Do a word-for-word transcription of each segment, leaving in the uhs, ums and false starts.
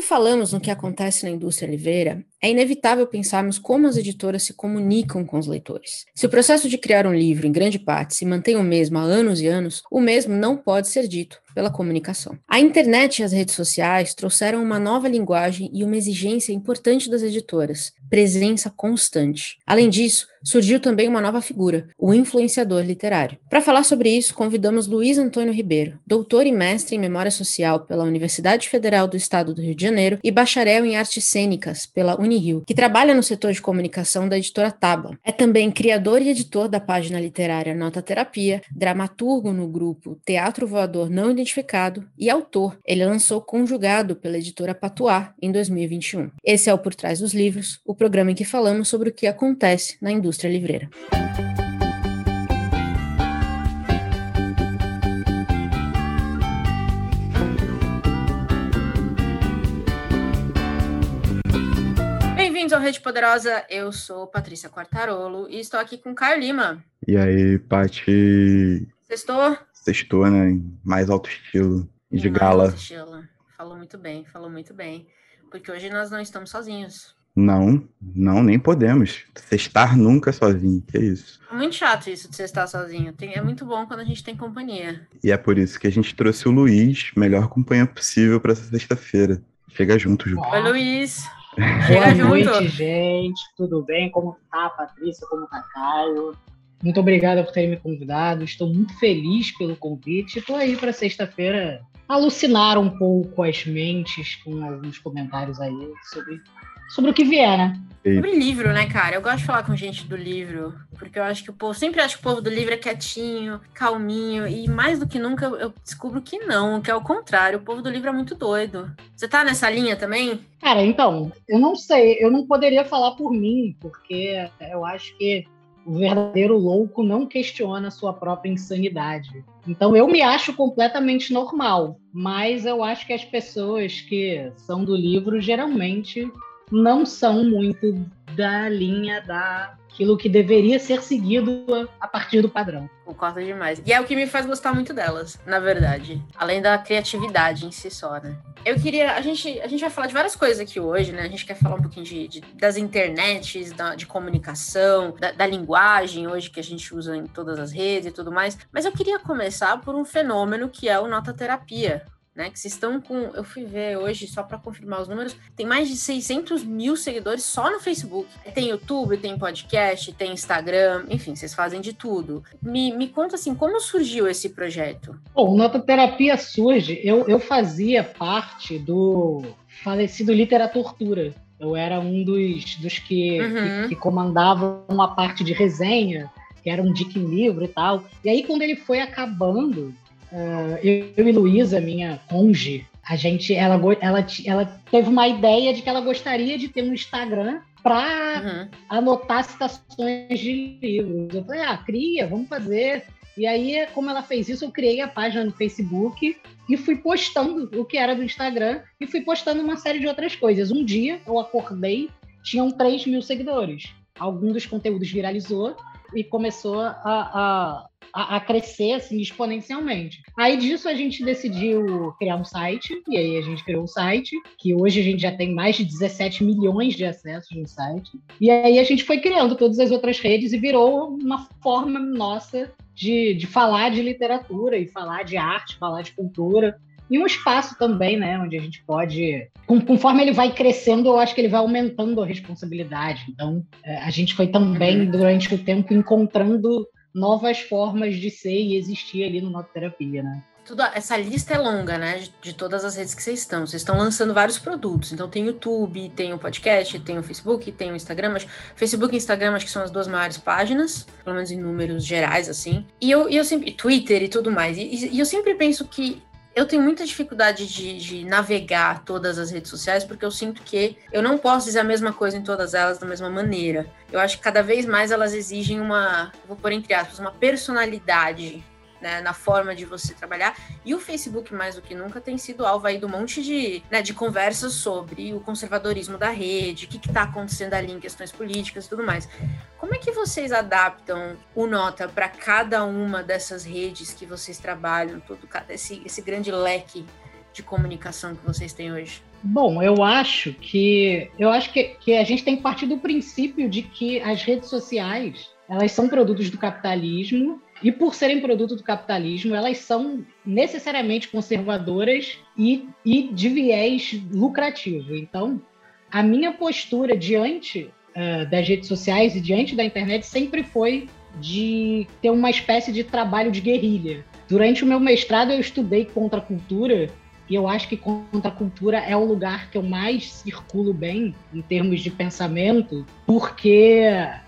falamos no que acontece na indústria livreira, é inevitável pensarmos como as editoras se comunicam com os leitores. Se o processo de criar um livro, em grande parte, se mantém o mesmo há anos e anos, o mesmo não pode ser dito pela comunicação. A internet e as redes sociais trouxeram uma nova linguagem e uma exigência importante das editoras: presença constante. Além disso, surgiu também uma nova figura, o influenciador literário. Para falar sobre isso, convidamos Luiz Antônio Ribeiro, doutor e mestre em Memória Social pela Universidade Federal do Estado do Rio de Janeiro e bacharel em Artes Cênicas pela Unirio, que trabalha no setor de comunicação da editora Tábua. É também criador e editor da página literária Nota Terapia, dramaturgo no grupo Teatro Voador Não Identificado e autor. Ele lançou Conjugado pela editora Patuá em dois mil e vinte e um. Esse é o Por Trás dos Livros, o programa em que falamos sobre o que acontece na indústria livreira. Bem-vindos ao Rede Poderosa, eu sou Patrícia Quartarolo e estou aqui com Caio Lima. E aí, Paty? Sextou? Sextou, né? Em mais alto estilo, de mais gala. Alto estilo. Falou muito bem, falou muito bem. Porque hoje nós não estamos sozinhos. Não, não, nem podemos. Sextar nunca sozinho, que isso. É muito chato isso de sextar sozinho. Tem, é muito bom quando a gente tem companhia. E é por isso que a gente trouxe o Luiz, melhor companhia possível para essa sexta-feira. Chega junto, Ju. Oi, Luiz. Chega Boa junto. noite, gente. Tudo bem? Como tá, Patrícia? Como tá, Caio? Muito obrigada por terem me convidado. Estou muito feliz pelo convite. Estou aí para sexta-feira alucinar um pouco as mentes com alguns comentários aí sobre, sobre o que vier, né? Sobre livro, né, cara? Eu gosto de falar com gente do livro, porque eu acho que o povo, sempre acho que o povo do livro é quietinho, calminho, e mais do que nunca eu descubro que não, que é o contrário, o povo do livro é muito doido. Você tá nessa linha também? Cara, então, eu não sei, eu não poderia falar por mim, porque eu acho que o verdadeiro louco não questiona a sua própria insanidade. Então, eu me acho completamente normal, mas eu acho que as pessoas que são do livro, geralmente, não são muito da linha daquilo que deveria ser seguido a partir do padrão. Concordo demais. E é o que me faz gostar muito delas, na verdade. Além da criatividade em si só, né? Eu queria... A gente, a gente vai falar de várias coisas aqui hoje, né? A gente quer falar um pouquinho de, de, das internets, da, de comunicação, da, da linguagem hoje que a gente usa em todas as redes e tudo mais. Mas eu queria começar por um fenômeno que é o Nota Terapia. Né, que vocês estão com, eu fui ver hoje só para confirmar os números, tem mais de seiscentos mil seguidores só no Facebook. Tem YouTube, tem podcast, tem Instagram, enfim, vocês fazem de tudo. Me, me conta assim, como surgiu esse projeto? Bom, Nota Terapia surge, eu, eu fazia parte do falecido Literaturtura. Eu era um dos, dos que, uhum. que, que comandavam uma parte de resenha, que era um dica em livro e tal. E aí, quando ele foi acabando, Uh, eu, eu e Luísa, minha conge, a gente, ela, ela, ela teve uma ideia de que ela gostaria de ter um Instagram para uhum. anotar citações de livros. Eu falei, ah, cria, vamos fazer. E aí, como ela fez isso, eu criei a página no Facebook e fui postando o que era do Instagram e fui postando uma série de outras coisas. Um dia, eu acordei, tinham três mil seguidores. Algum dos conteúdos viralizou e começou a... a a crescer assim, exponencialmente. Aí disso a gente decidiu criar um site, e aí a gente criou um site, que hoje a gente já tem mais de dezessete milhões de acessos no site, e aí a gente foi criando todas as outras redes e virou uma forma nossa de, de falar de literatura, e falar de arte, falar de cultura, e um espaço também, né, onde a gente pode... Conforme ele vai crescendo, eu acho que ele vai aumentando a responsabilidade. Então, a gente foi também, durante o tempo, encontrando novas formas de ser e existir ali no Nota Terapia, né? Tudo, essa lista é longa, né? De, de todas as redes que vocês estão. Vocês estão lançando vários produtos. Então tem o YouTube, tem o podcast, tem o Facebook, tem o Instagram. Acho, Facebook e Instagram acho que são as duas maiores páginas, pelo menos em números gerais, assim. E eu, e eu sempre... Twitter e tudo mais. E, e eu sempre penso que eu tenho muita dificuldade de, de navegar todas as redes sociais, porque eu sinto que eu não posso dizer a mesma coisa em todas elas da mesma maneira. Eu acho que cada vez mais elas exigem uma, vou pôr entre aspas, uma personalidade, né, na forma de você trabalhar. E o Facebook, mais do que nunca, tem sido alvo aí de um monte de, né, de conversas sobre o conservadorismo da rede, o que está acontecendo ali em questões políticas e tudo mais. Como é que vocês adaptam o Nota para cada uma dessas redes que vocês trabalham, todo esse, esse grande leque de comunicação que vocês têm hoje? Bom, eu acho que eu acho que, que a gente tem que partir do princípio de que as redes sociais, elas são produtos do capitalismo, e por serem produto do capitalismo, elas são necessariamente conservadoras e, e de viés lucrativo. Então, a minha postura diante uh, das redes sociais e diante da internet sempre foi de ter uma espécie de trabalho de guerrilha. Durante o meu mestrado, eu estudei contracultura, e eu acho que contracultura é o lugar que eu mais circulo bem em termos de pensamento, porque...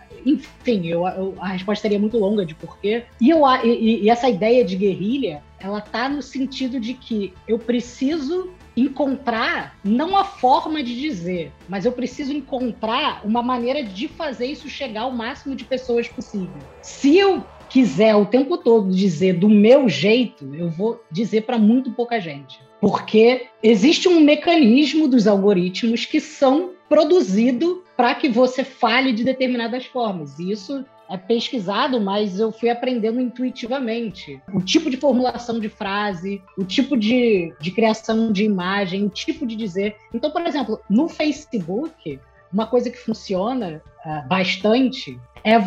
Enfim, eu, eu, a resposta seria muito longa de porquê. E, eu, e, e essa ideia de guerrilha, ela tá no sentido de que eu preciso encontrar, não a forma de dizer, mas eu preciso encontrar uma maneira de fazer isso chegar ao máximo de pessoas possível. Se eu quiser o tempo todo dizer do meu jeito, eu vou dizer para muito pouca gente. Porque existe um mecanismo dos algoritmos que são produzidos para que você fale de determinadas formas. E isso é pesquisado, mas eu fui aprendendo intuitivamente. O tipo de formulação de frase, o tipo de, de criação de imagem, o tipo de dizer. Então, por exemplo, no Facebook, uma coisa que funciona uh, bastante é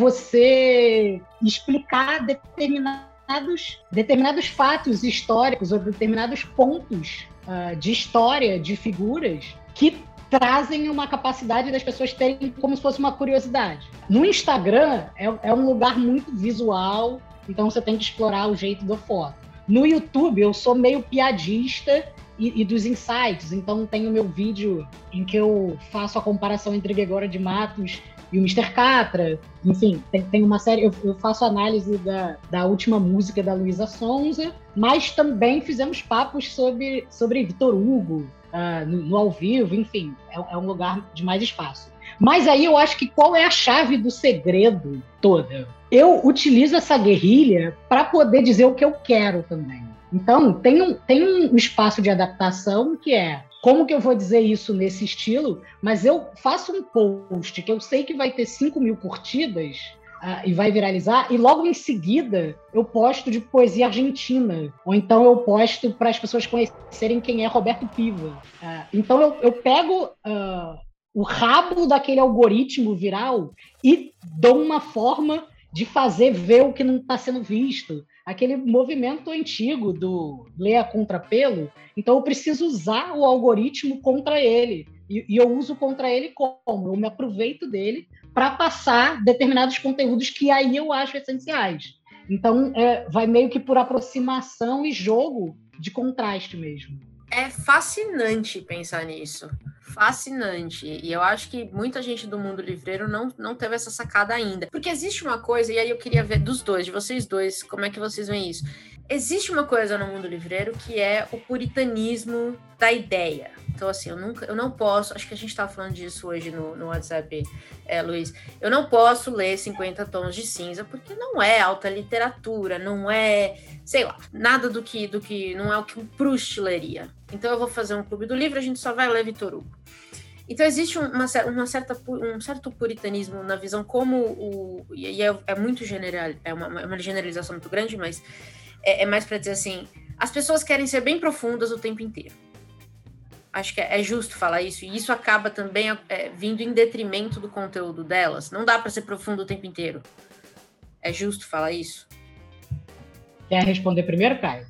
você explicar determinados, determinados fatos históricos ou determinados pontos uh, de história de figuras que trazem uma capacidade das pessoas terem como se fosse uma curiosidade. No Instagram, é, é um lugar muito visual, então você tem que explorar o jeito da foto. No YouTube, eu sou meio piadista e, e dos insights, então tem o meu vídeo em que eu faço a comparação entre Gregório de Matos e o mister Catra. Enfim, tem, tem uma série... Eu, eu faço análise da, da última música da Luísa Sonza, mas também fizemos papos sobre, sobre Vitor Hugo, Uh, no, no ao vivo, enfim, é, é um lugar de mais espaço. Mas aí eu acho que qual é a chave do segredo toda? Eu utilizo essa guerrilha para poder dizer o que eu quero também. Então, tem um, tem um espaço de adaptação que é como que eu vou dizer isso nesse estilo, mas eu faço um post que eu sei que vai ter cinco mil curtidas Uh, e vai viralizar, e logo em seguida eu posto de poesia argentina, ou então eu posto para as pessoas conhecerem quem é Roberto Piva. Uh, então eu, eu pego uh, o rabo daquele algoritmo viral e dou uma forma de fazer ver o que não está sendo visto. Aquele movimento antigo do ler a contrapelo, então eu preciso usar o algoritmo contra ele. E, e eu uso contra ele como? Eu me aproveito dele para passar determinados conteúdos que aí eu acho essenciais. Então, é, vai meio que por aproximação e jogo de contraste mesmo. É fascinante pensar nisso. Fascinante. E eu acho que muita gente do mundo livreiro não, não teve essa sacada ainda. Porque existe uma coisa, e aí eu queria ver dos dois, de vocês dois, como é que vocês veem isso. Existe uma coisa no mundo livreiro que é o puritanismo da ideia. Então, assim, eu, nunca, eu não posso... Acho que a gente estava falando disso hoje no, no WhatsApp, é, Luiz. Eu não posso ler cinquenta tons de cinza, porque não é alta literatura, não é... Sei lá, nada do que... Do que não é o que o Proust leria. Então, eu vou fazer um clube do livro, a gente só vai ler Vitor Hugo. Então, existe uma, uma certa, um certo puritanismo na visão como o... E é, é muito general... É uma, é uma generalização muito grande, mas é, é mais para dizer assim... As pessoas querem ser bem profundas o tempo inteiro. Acho que é justo falar isso, e isso acaba também é, vindo em detrimento do conteúdo delas. Não dá para ser profundo o tempo inteiro. É justo falar isso? Quer responder primeiro, Caio?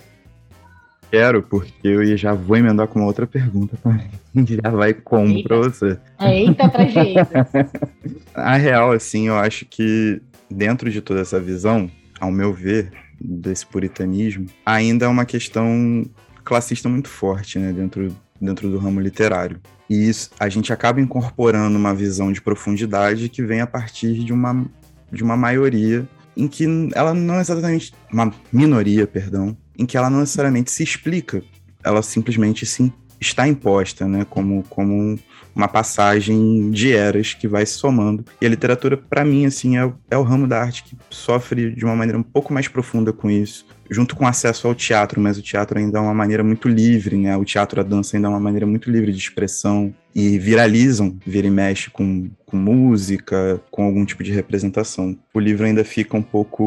Quero, porque eu já vou emendar com uma outra pergunta também. Já vai como para você. Eita, atrás de eita. A real, assim, eu acho que dentro de toda essa visão, ao meu ver, desse puritanismo, ainda é uma questão classista muito forte, né, dentro dentro do ramo literário. E isso, a gente acaba incorporando uma visão de profundidade que vem a partir de uma, de uma maioria em que ela não é exatamente... Uma minoria, perdão, em que ela não necessariamente se explica. Ela simplesmente sim, está imposta, né, como, como uma passagem de eras que vai se somando. E a literatura, para mim, assim, é, é o ramo da arte que sofre de uma maneira um pouco mais profunda com isso, junto com acesso ao teatro, mas o teatro ainda é uma maneira muito livre, né? O teatro, a dança ainda é uma maneira muito livre de expressão, e viralizam, vira e mexe com, com música, com algum tipo de representação. O livro ainda fica um pouco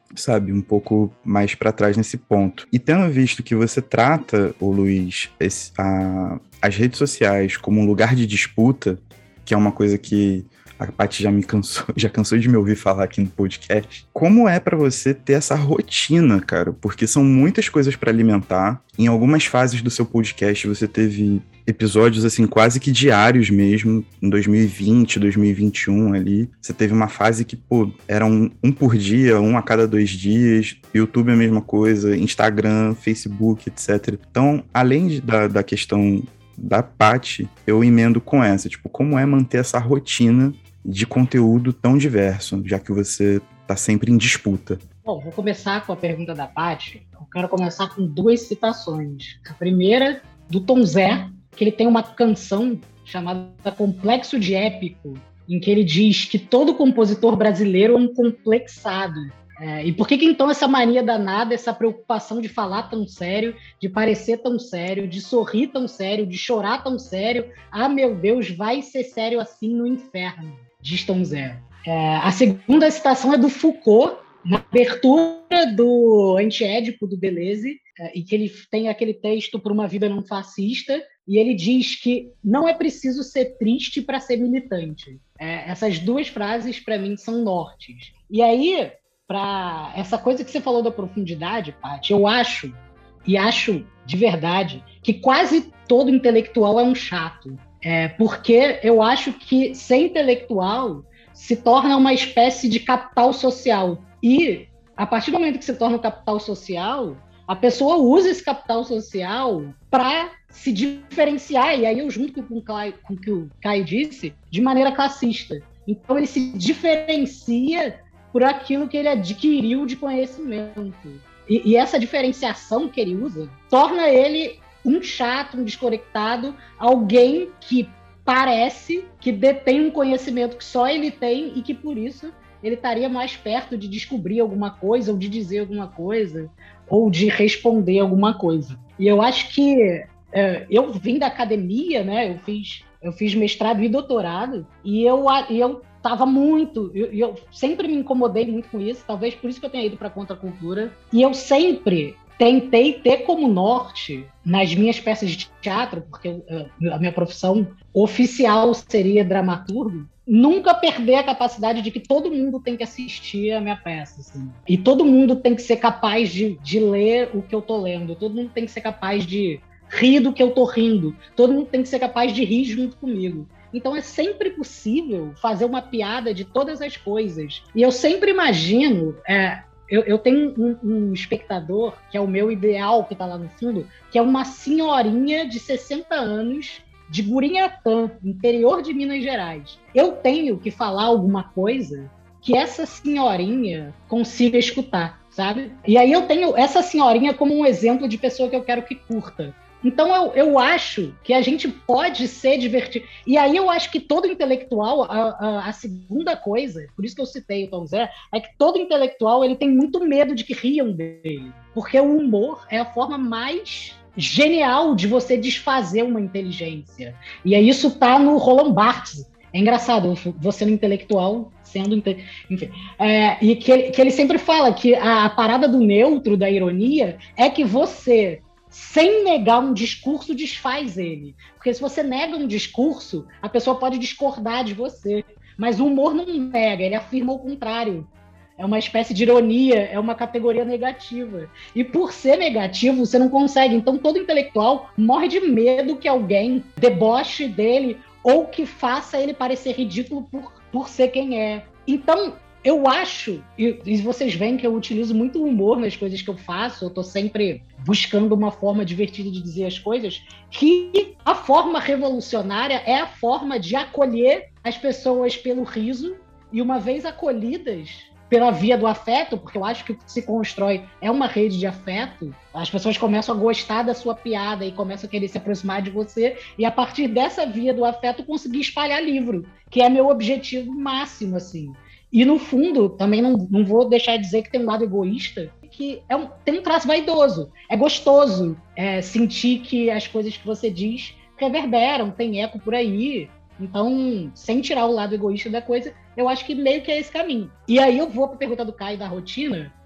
sabe, um pouco mais para trás nesse ponto. E tendo visto que você trata, ô Luiz, esse, a, as redes sociais como um lugar de disputa, que é uma coisa que a Paty já me cansou, já cansou de me ouvir falar aqui no podcast. Como é pra você ter essa rotina, cara? Porque são muitas coisas pra alimentar. Em algumas fases do seu podcast, você teve episódios, assim, quase que diários mesmo. Em dois mil e vinte, dois mil e vinte e um ali. Você teve uma fase que, pô, era um, um por dia, um a cada dois dias. YouTube é a mesma coisa, Instagram, Facebook, etcétera. Então, além de, da, da questão da Paty, eu emendo com essa. Tipo, como é manter essa rotina de conteúdo tão diverso, já que você está sempre em disputa? Bom, vou começar com a pergunta da Paty. Eu quero começar com duas citações. A primeira, do Tom Zé, que ele tem uma canção chamada Complexo de Épico, em que ele diz que todo compositor brasileiro é um complexado. É, e por que que então essa mania danada, essa preocupação de falar tão sério, de parecer tão sério, de sorrir tão sério, de chorar tão sério? Ah, meu Deus, vai ser sério assim no inferno, diz Tom Zé. É, a segunda citação é do Foucault, na abertura do Antiédipo do Deleuze, é, e que ele tem aquele texto Por uma Vida Não Fascista, e ele diz que não é preciso ser triste para ser militante. É, essas duas frases, para mim, são nortes. E aí, para essa coisa que você falou da profundidade, Paty, eu acho, e acho de verdade, que quase todo intelectual é um chato. É, porque eu acho que ser intelectual se torna uma espécie de capital social. E, a partir do momento que se torna um capital social, a pessoa usa esse capital social para se diferenciar, e aí eu junto com o, Caio, com o que o Caio disse, de maneira classista. Então ele se diferencia por aquilo que ele adquiriu de conhecimento. E, e essa diferenciação que ele usa torna ele um chato, um desconectado, alguém que parece que detém um conhecimento que só ele tem e que, por isso, ele estaria mais perto de descobrir alguma coisa, ou de dizer alguma coisa, ou de responder alguma coisa. E eu acho que é, eu vim da academia, né? Eu fiz, eu fiz mestrado e doutorado, e eu, eu tava muito, eu, eu sempre me incomodei muito com isso, talvez por isso que eu tenha ido para a contracultura, e eu sempre tentei ter como norte, nas minhas peças de teatro, porque a minha profissão oficial seria dramaturgo, nunca perder a capacidade de que todo mundo tem que assistir a minha peça. Assim. E todo mundo tem que ser capaz de, de ler o que eu tô lendo, todo mundo tem que ser capaz de rir do que eu tô rindo, todo mundo tem que ser capaz de rir junto comigo. Então é sempre possível fazer uma piada de todas as coisas. E eu sempre imagino... É, Eu, eu tenho um, um espectador, que é o meu ideal, que está lá no fundo, que é uma senhorinha de sessenta anos, de Gurinhatã, interior de Minas Gerais. Eu tenho que falar alguma coisa que essa senhorinha consiga escutar, sabe? E aí eu tenho essa senhorinha como um exemplo de pessoa que eu quero que curta. Então, eu, eu acho que a gente pode ser divertido. E aí eu acho que todo intelectual, a, a, a segunda coisa, por isso que eu citei o Tom Zé, é que todo intelectual ele tem muito medo de que riam dele. Porque o humor é a forma mais genial de você desfazer uma inteligência. E aí isso tá no Roland Barthes. É engraçado, você no intelectual sendo... Inte... Enfim, é, e que ele, que ele sempre fala que a, a parada do neutro, da ironia, é que você... sem negar um discurso, desfaz ele. Porque se você nega um discurso, a pessoa pode discordar de você. Mas o humor não nega, ele afirma o contrário. É uma espécie de ironia, é uma categoria negativa. E por ser negativo, você não consegue. Então todo intelectual morre de medo que alguém deboche dele ou que faça ele parecer ridículo por, por ser quem é. Então... eu acho, e, e vocês veem que eu utilizo muito humor nas coisas que eu faço, eu estou sempre buscando uma forma divertida de dizer as coisas, que a forma revolucionária é a forma de acolher as pessoas pelo riso, e uma vez acolhidas pela via do afeto, porque eu acho que o que se constrói é uma rede de afeto, as pessoas começam a gostar da sua piada e começam a querer se aproximar de você, e a partir dessa via do afeto conseguir espalhar livro, que é meu objetivo máximo, assim. E, no fundo, também não, não vou deixar de dizer que tem um lado egoísta, que é um, tem um traço vaidoso. É gostoso é, sentir que as coisas que você diz reverberam, tem eco por aí. Então, sem tirar o lado egoísta da coisa, eu acho que meio que é esse caminho. E aí eu vou para a pergunta do Caio da rotina.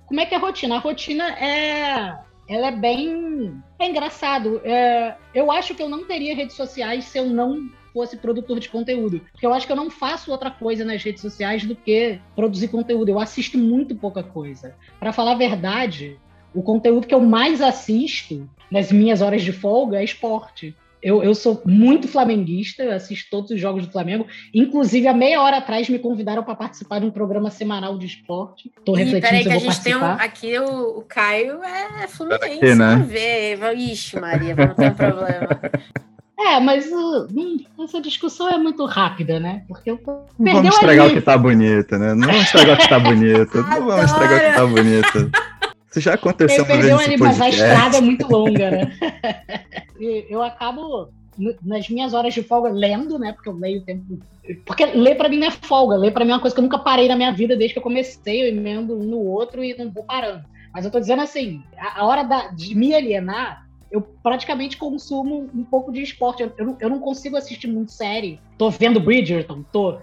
Como é que é a rotina? A rotina é... Ela é bem... É engraçado. É... Eu acho que eu não teria redes sociais se eu não fosse produtor de conteúdo. Porque eu acho que eu não faço outra coisa nas redes sociais do que produzir conteúdo. Eu assisto muito pouca coisa. Para falar a verdade, o conteúdo que eu mais assisto nas minhas horas de folga é esporte. Eu, eu sou muito flamenguista, eu assisto todos os jogos do Flamengo. Inclusive, há meia hora atrás, me convidaram para participar de um programa semanal de esporte. Estou refletindo se eu vou participar. Aqui o, o Caio é fluminense, aqui, né? Vamos ver. Ixi, Maria, vamos ter um problema. É, mas uh, hum, essa discussão é muito rápida, né? Porque eu Não vamos estragar ali. O que tá bonito, né? Não vamos estragar o que tá bonito. Não vamos estragar o que tá bonito. Isso já aconteceu uma vez nesse podcast. Mas a estrada é muito longa, né? Eu acabo, nas minhas horas de folga, lendo, né? Porque eu leio o tempo... Porque ler pra mim não é folga. Ler pra mim é uma coisa que eu nunca parei na minha vida desde que eu comecei. Eu emendo um no outro e não vou parando. Mas eu tô dizendo assim, a, a hora da, de me alienar, eu praticamente consumo um pouco de esporte. Eu, eu, eu não consigo assistir muito série. Tô vendo Bridgerton, tô...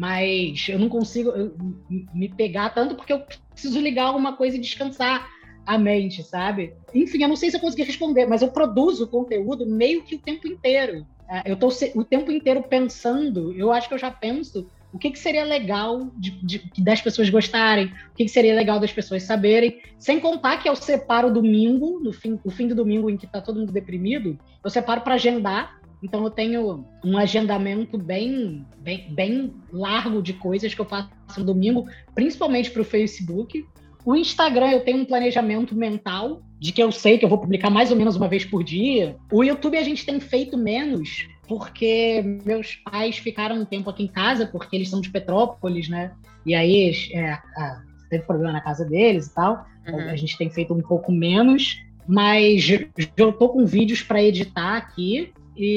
Mas eu não consigo eu, me pegar tanto porque eu preciso ligar alguma coisa e descansar a mente, sabe? Enfim, eu não sei se eu consegui responder, mas eu produzo conteúdo meio que o tempo inteiro. Eu tô o tempo inteiro pensando, eu acho que eu já penso o que, que seria legal de, de, das pessoas gostarem, o que, que seria legal das pessoas saberem, sem contar que eu separo o domingo, no fim, o fim do domingo em que tá todo mundo deprimido, eu separo para agendar. Então eu tenho um agendamento bem, bem, bem largo de coisas que eu faço no domingo, principalmente para o Facebook. O Instagram eu tenho um planejamento mental de que eu sei que eu vou publicar mais ou menos uma vez por dia. O YouTube a gente tem feito menos porque meus pais ficaram um tempo aqui em casa, porque eles são de Petrópolis, né? E aí é, a, teve problema na casa deles e tal. Uhum. A gente tem feito um pouco menos, mas eu tô com vídeos para editar aqui.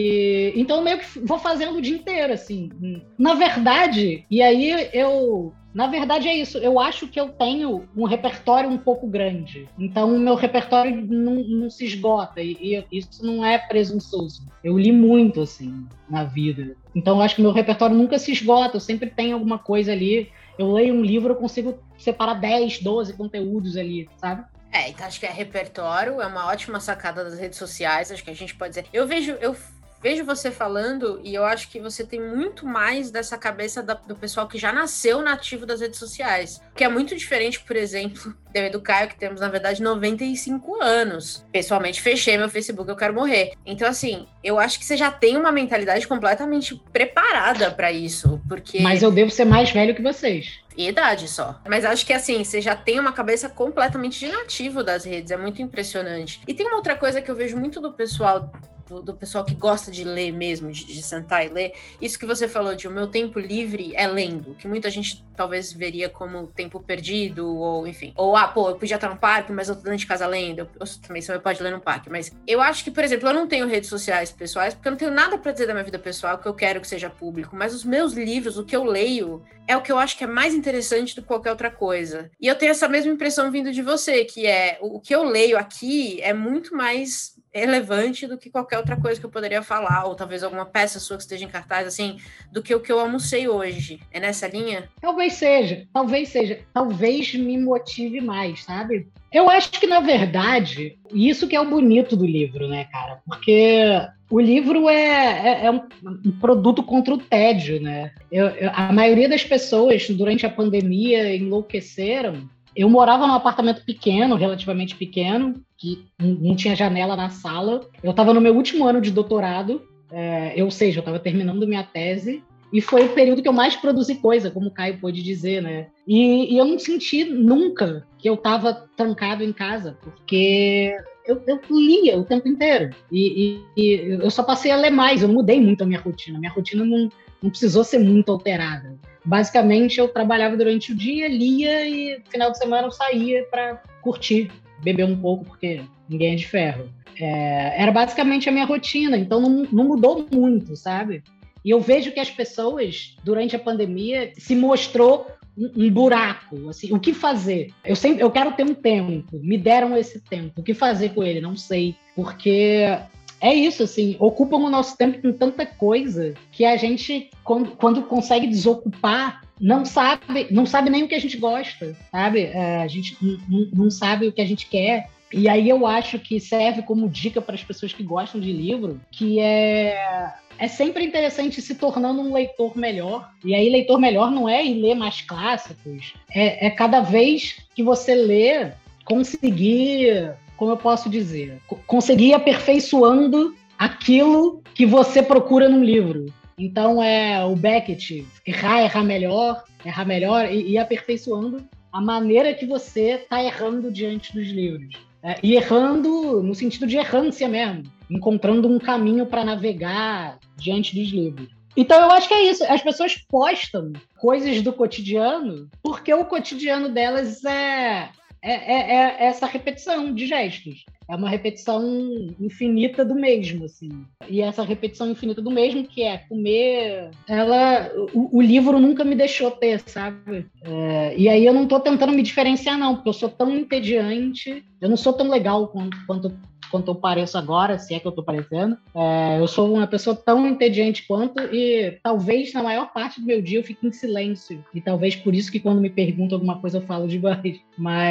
E, então, meio que vou fazendo o dia inteiro, assim. Na verdade, e aí eu... Na verdade é isso, eu acho que eu tenho um repertório um pouco grande. Então, o meu repertório não, não se esgota, e, e isso não é presunçoso. Eu li muito, assim, na vida. Então, eu acho que o meu repertório nunca se esgota, eu sempre tenho alguma coisa ali. Eu leio um livro, eu consigo separar dez, doze conteúdos ali, sabe? É, então acho que é repertório, é uma ótima sacada das redes sociais, acho que a gente pode dizer. Eu vejo, eu vejo você falando e eu acho que você tem muito mais dessa cabeça da, do pessoal que já nasceu nativo das redes sociais. Que é muito diferente, por exemplo, eu e do Caio, que temos, na verdade, noventa e cinco anos. Pessoalmente, fechei meu Facebook, eu quero morrer. Então, assim, eu acho que você já tem uma mentalidade completamente preparada para isso, porque... Mas eu devo ser mais velho que vocês. E idade só. Mas acho que, assim, você já tem uma cabeça completamente de nativo das redes. É muito impressionante. E tem uma outra coisa que eu vejo muito do pessoal... Do, do pessoal que gosta de ler mesmo, de, de sentar e ler, isso que você falou de o meu tempo livre é lendo, que muita gente talvez veria como tempo perdido, ou enfim, ou ah, pô, eu podia estar no parque, mas eu tô dentro de casa lendo, eu, eu também você pode ler no parque, mas eu acho que, por exemplo, eu não tenho redes sociais pessoais, porque eu não tenho nada pra dizer da minha vida pessoal que eu quero que seja público, mas os meus livros, o que eu leio, é o que eu acho que é mais interessante do que qualquer outra coisa. E eu tenho essa mesma impressão vindo de você, que é, o, o que eu leio aqui é muito mais relevante do que qualquer outra coisa que eu poderia falar, ou talvez alguma peça sua que esteja em cartaz, assim, do que o que eu almocei hoje. É nessa linha? Talvez seja, talvez seja. Talvez me motive mais, sabe? Eu acho que, na verdade, isso que é o bonito do livro, né, cara? Porque o livro é, é, é um, um produto contra o tédio, né? Eu, eu, a maioria das pessoas, durante a pandemia, enlouqueceram. Eu morava num apartamento pequeno, relativamente pequeno, que não tinha janela na sala. Eu estava no meu último ano de doutorado, é, ou seja, eu estava terminando minha tese, e foi o período que eu mais produzi coisa, como o Caio pôde dizer, né? E, e eu não senti nunca que eu estava trancado em casa, porque eu, eu lia o tempo inteiro. E, e, e eu só passei a ler mais, eu não mudei muito a minha rotina. Minha rotina não, não precisou ser muito alterada. Basicamente, eu trabalhava durante o dia, lia e no final de semana eu saía para curtir, beber um pouco, porque ninguém é de ferro. É, era basicamente a minha rotina, então não, não mudou muito, sabe? E eu vejo que as pessoas, durante a pandemia, se mostrou um, um buraco, assim, o que fazer? Eu, sempre, eu quero ter um tempo, me deram esse tempo, o que fazer com ele? Não sei, porque é isso, assim, ocupam o nosso tempo com tanta coisa que a gente, quando, quando consegue desocupar, não sabe, não sabe nem o que a gente gosta, sabe? É, a gente não, não sabe o que a gente quer. E aí eu acho que serve como dica para as pessoas que gostam de livro, que é, é sempre interessante se tornando um leitor melhor. E aí leitor melhor não é ir ler mais clássicos, é, é cada vez que você lê, conseguir, como eu posso dizer, conseguir ir aperfeiçoando aquilo que você procura num livro. Então é o Beckett, errar, errar melhor, errar melhor e ir aperfeiçoando a maneira que você está errando diante dos livros. É, e errando no sentido de errância mesmo, encontrando um caminho para navegar diante dos livros. Então eu acho que é isso, as pessoas postam coisas do cotidiano porque o cotidiano delas é, é, é, é essa repetição de gestos. É uma repetição infinita do mesmo, assim. E essa repetição infinita do mesmo, que é comer, ela, o, o livro nunca me deixou ter, sabe? É, e aí eu não tô tentando me diferenciar, não, porque eu sou tão entediante, eu não sou tão legal quanto, quanto, quanto eu pareço agora, se é que eu tô parecendo. É, eu sou uma pessoa tão entediante quanto, e talvez na maior parte do meu dia eu fique em silêncio. E talvez por isso que quando me perguntam alguma coisa eu falo demais.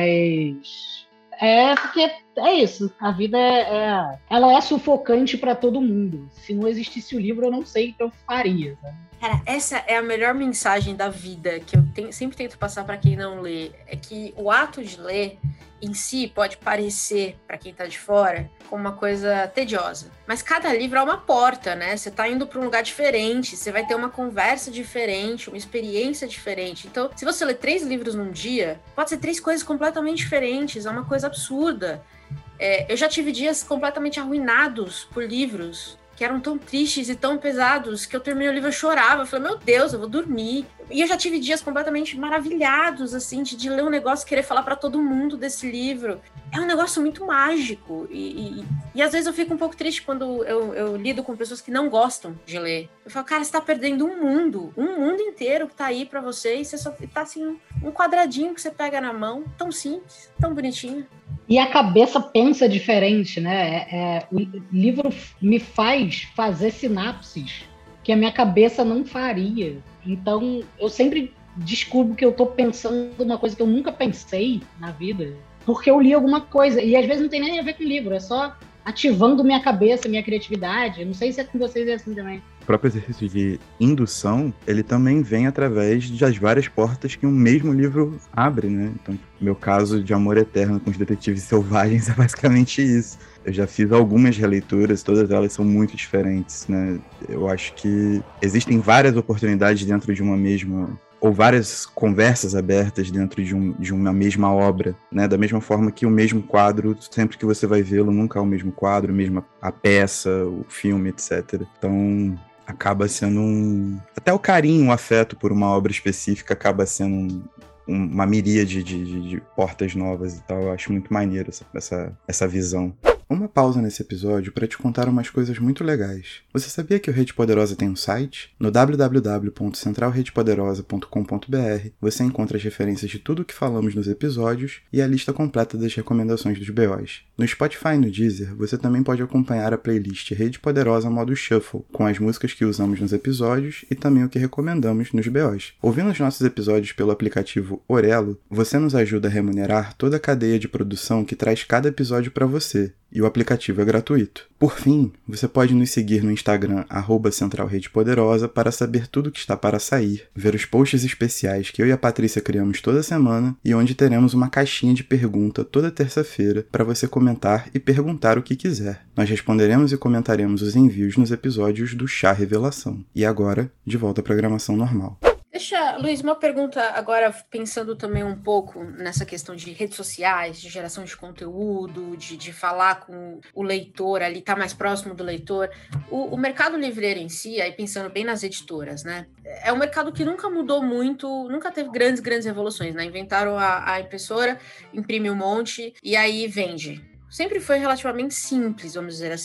Mas... É porque é isso, a vida é, é, ela é sufocante para todo mundo. Se não existisse o livro, eu não sei o que eu faria. Né? Cara, essa é a melhor mensagem da vida que eu tenho, sempre tento passar para quem não lê. É que o ato de ler em si pode parecer, para quem tá de fora, como uma coisa tediosa. Mas cada livro é uma porta, né? Você tá indo para um lugar diferente, você vai ter uma conversa diferente, uma experiência diferente. Então, se você lê três livros num dia, pode ser três coisas completamente diferentes, é uma coisa absurda. É, eu já tive dias completamente arruinados por livros que eram tão tristes e tão pesados que eu terminei o livro e chorava. Eu falei, meu Deus, eu vou dormir. E eu já tive dias completamente maravilhados, assim, de, de ler um negócio e querer falar para todo mundo desse livro. É um negócio muito mágico. E, e, e às vezes eu fico um pouco triste quando eu, eu lido com pessoas que não gostam de ler. Eu falo, cara, você tá perdendo um mundo, um mundo inteiro que tá aí para você e você só tá, assim, um quadradinho que você pega na mão, tão simples, tão bonitinho. E a cabeça pensa diferente, né? É, é, o livro me faz fazer sinapses que a minha cabeça não faria. Então, eu sempre descubro que eu estou pensando uma coisa que eu nunca pensei na vida, porque eu li alguma coisa. E às vezes não tem nem a ver com o livro, é só ativando minha cabeça, minha criatividade. Eu não sei se é com vocês é assim também. O próprio exercício de indução, ele também vem através das várias portas que um mesmo livro abre, né? Então, meu caso de Amor Eterno com os Detetives Selvagens é basicamente isso. Eu já fiz algumas releituras, todas elas são muito diferentes, né? Eu acho que existem várias oportunidades dentro de uma mesma... ou várias conversas abertas dentro de, um, de uma mesma obra, né? Da mesma forma que o mesmo quadro, sempre que você vai vê-lo, nunca é o mesmo quadro, mesma a peça, o filme, etcétera. Então, acaba sendo um... Até o carinho, o afeto por uma obra específica acaba sendo um, um, uma miríade de, de, de portas novas e tal. Eu acho muito maneiro essa, essa, essa visão. Uma pausa nesse episódio para te contar umas coisas muito legais. Você sabia que o Rede Poderosa tem um site? No w w w ponto central rede poderosa ponto com ponto b r você encontra as referências de tudo o que falamos nos episódios e a lista completa das recomendações dos B Os. No Spotify e no Deezer, você também pode acompanhar a playlist Rede Poderosa modo Shuffle, com as músicas que usamos nos episódios e também o que recomendamos nos B Os. Ouvindo os nossos episódios pelo aplicativo Orelo, você nos ajuda a remunerar toda a cadeia de produção que traz cada episódio para você. E o aplicativo é gratuito. Por fim, você pode nos seguir no Instagram arroba Central Rede Poderosa para saber tudo que está para sair, ver os posts especiais que eu e a Patrícia criamos toda semana e onde teremos uma caixinha de pergunta toda terça-feira para você comentar e perguntar o que quiser. Nós responderemos e comentaremos os envios nos episódios do Chá Revelação. E agora, de volta à programação normal. Deixa, Luiz, uma pergunta agora, pensando também um pouco nessa questão de redes sociais, de geração de conteúdo, de, de falar com o leitor ali, estar tá mais próximo do leitor. O, o mercado livreiro em si, aí pensando bem nas editoras, né? É um mercado que nunca mudou muito, nunca teve grandes, grandes revoluções, né? Inventaram a, a impressora, imprime um monte e aí vende. Sempre foi relativamente simples, vamos dizer assim.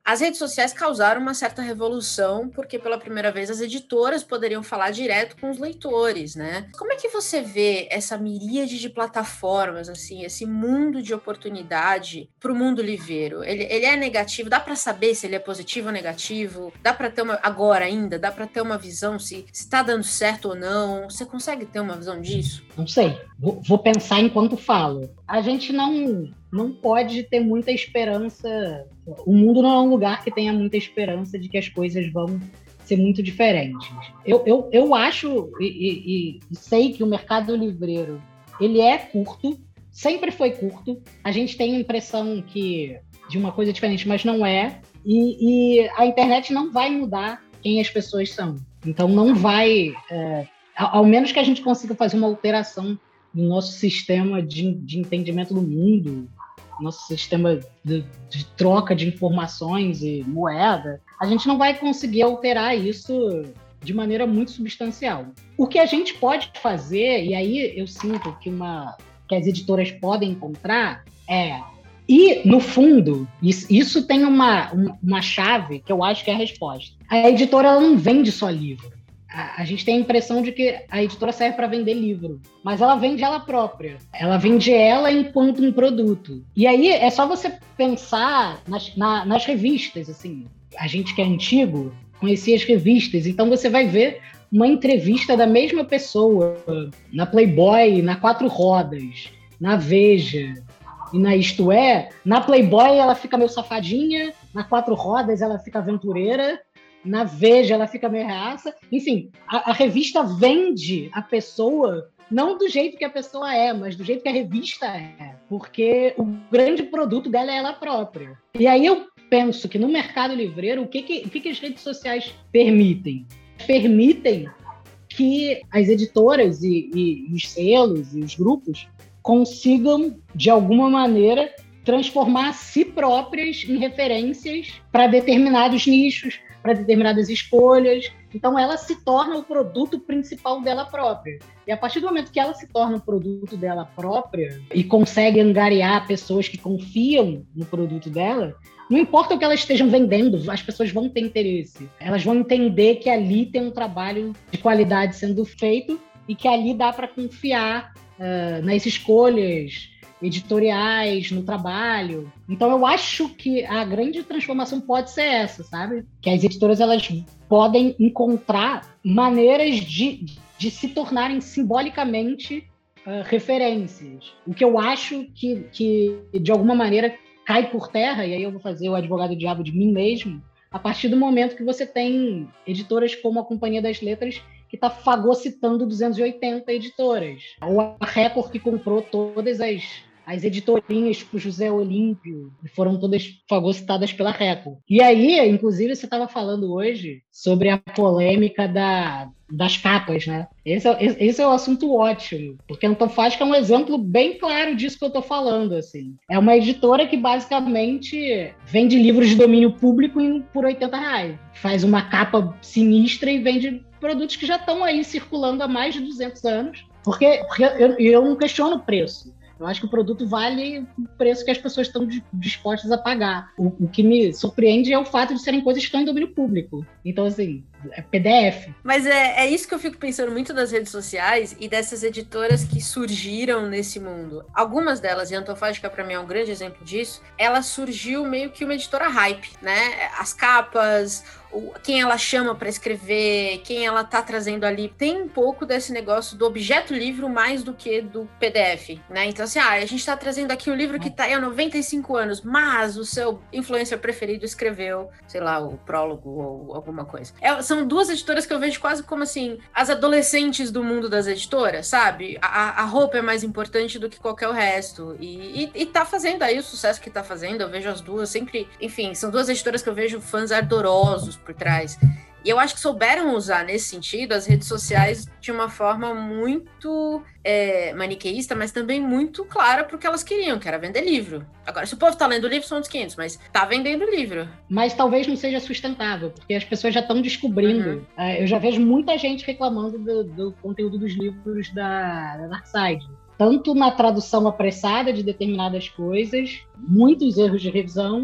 as redes sociais causaram uma certa revolução, porque pela primeira vez as editoras poderiam falar direto com os leitores, né? Como é que você vê essa miríade de plataformas, assim, esse mundo de oportunidade para o mundo livreiro? Ele, ele é negativo? Dá para saber se ele é positivo ou negativo? Dá para ter uma, agora ainda, dá para ter uma visão se está dando certo ou não? Você consegue ter uma visão disso? Não sei. Vou, vou pensar enquanto falo. A gente não, não pode ter muita esperança. O mundo não é um lugar que tenha muita esperança de que as coisas vão ser muito diferentes. Eu, eu, eu acho e, e, e sei que o mercado livreiro ele é curto, sempre foi curto. A gente tem a impressão que de uma coisa diferente, mas não é. E, e a internet não vai mudar quem as pessoas são. Então não vai... É, ao menos que a gente consiga fazer uma alteração no nosso sistema de, de entendimento do mundo, nosso sistema de, de troca de informações e moeda, a gente não vai conseguir alterar isso de maneira muito substancial. O que a gente pode fazer, e aí eu sinto que, uma, que as editoras podem encontrar, é... E, no fundo, isso, isso tem uma, uma chave que eu acho que é a resposta. A editora ela não vende só livro. A, a gente tem a impressão de que a editora serve para vender livro, mas ela vende ela própria. Ela vende ela enquanto um produto. E aí é só você pensar nas, na, nas revistas. Assim. A gente que é antigo conhecia as revistas, então você vai ver uma entrevista da mesma pessoa na Playboy, na Quatro Rodas, na Veja... E na Isto É, na Playboy ela fica meio safadinha, na Quatro Rodas ela fica aventureira, na Veja ela fica meio reaça. Enfim, a, a revista vende a pessoa não do jeito que a pessoa é, mas do jeito que a revista é. Porque o grande produto dela é ela própria. E aí eu penso que no mercado livreiro, o que, que, o que, que as redes sociais permitem? Permitem que as editoras e, e os selos e os grupos consigam, de alguma maneira, transformar a si próprias em referências para determinados nichos, para determinadas escolhas. Então, ela se torna o produto principal dela própria. E a partir do momento que ela se torna o produto dela própria e consegue angariar pessoas que confiam no produto dela, não importa o que elas estejam vendendo, as pessoas vão ter interesse. Elas vão entender que ali tem um trabalho de qualidade sendo feito e que ali dá para confiar Uh, nas escolhas editoriais, no trabalho. Então, eu acho que a grande transformação pode ser essa, sabe? Que as editoras elas podem encontrar maneiras de, de se tornarem simbolicamente uh, referências. O que eu acho que, que, de alguma maneira, cai por terra, e aí eu vou fazer o advogado diabo de mim mesmo, a partir do momento que você tem editoras como a Companhia das Letras que está fagocitando duzentas e oitenta editoras. Ou a Record, que comprou todas as, as editorinhas, tipo José Olímpio, e foram todas fagocitadas pela Record. E aí, inclusive, você estava falando hoje sobre a polêmica da, das capas, né? Esse é, esse é um assunto ótimo, porque a Antofágica é um exemplo bem claro disso que eu estou falando. Assim. É uma editora que, basicamente, vende livros de domínio público por oitenta reais. Faz uma capa sinistra e vende produtos que já estão aí circulando há mais de duzentos anos, porque, porque eu, eu não questiono o preço. Eu acho que o produto vale o preço que as pessoas estão dispostas a pagar. O, o que me surpreende é o fato de serem coisas que estão em domínio público. Então, assim, é P D F. Mas é, é isso que eu fico pensando muito das redes sociais e dessas editoras que surgiram nesse mundo. Algumas delas, e a Antofágica para mim é um grande exemplo disso, ela surgiu meio que uma editora hype, né? As capas, o, quem ela chama para escrever, quem ela tá trazendo ali, tem um pouco desse negócio do objeto livro mais do que do P D F, né? Então, assim, ah, a gente tá trazendo aqui um livro que tá aí há noventa e cinco anos, mas o seu influencer preferido escreveu, sei lá, o prólogo ou alguma coisa. É, são duas editoras que eu vejo quase como, assim, as adolescentes do mundo das editoras, sabe? A, a roupa é mais importante do que qualquer o resto. E, e, e tá fazendo aí o sucesso que tá fazendo. Eu vejo as duas sempre... Enfim, são duas editoras que eu vejo fãs ardorosos por trás. E eu acho que souberam usar, nesse sentido, as redes sociais de uma forma muito é, maniqueísta, mas também muito clara pro que elas queriam, que era vender livro. Agora, se o povo tá lendo livro, são outros quinhentos, mas tá vendendo livro. Mas talvez não seja sustentável, porque as pessoas já estão descobrindo. Uhum. É, eu já vejo muita gente reclamando do, do conteúdo dos livros da, da Darkside. Tanto na tradução apressada de determinadas coisas, muitos erros de revisão,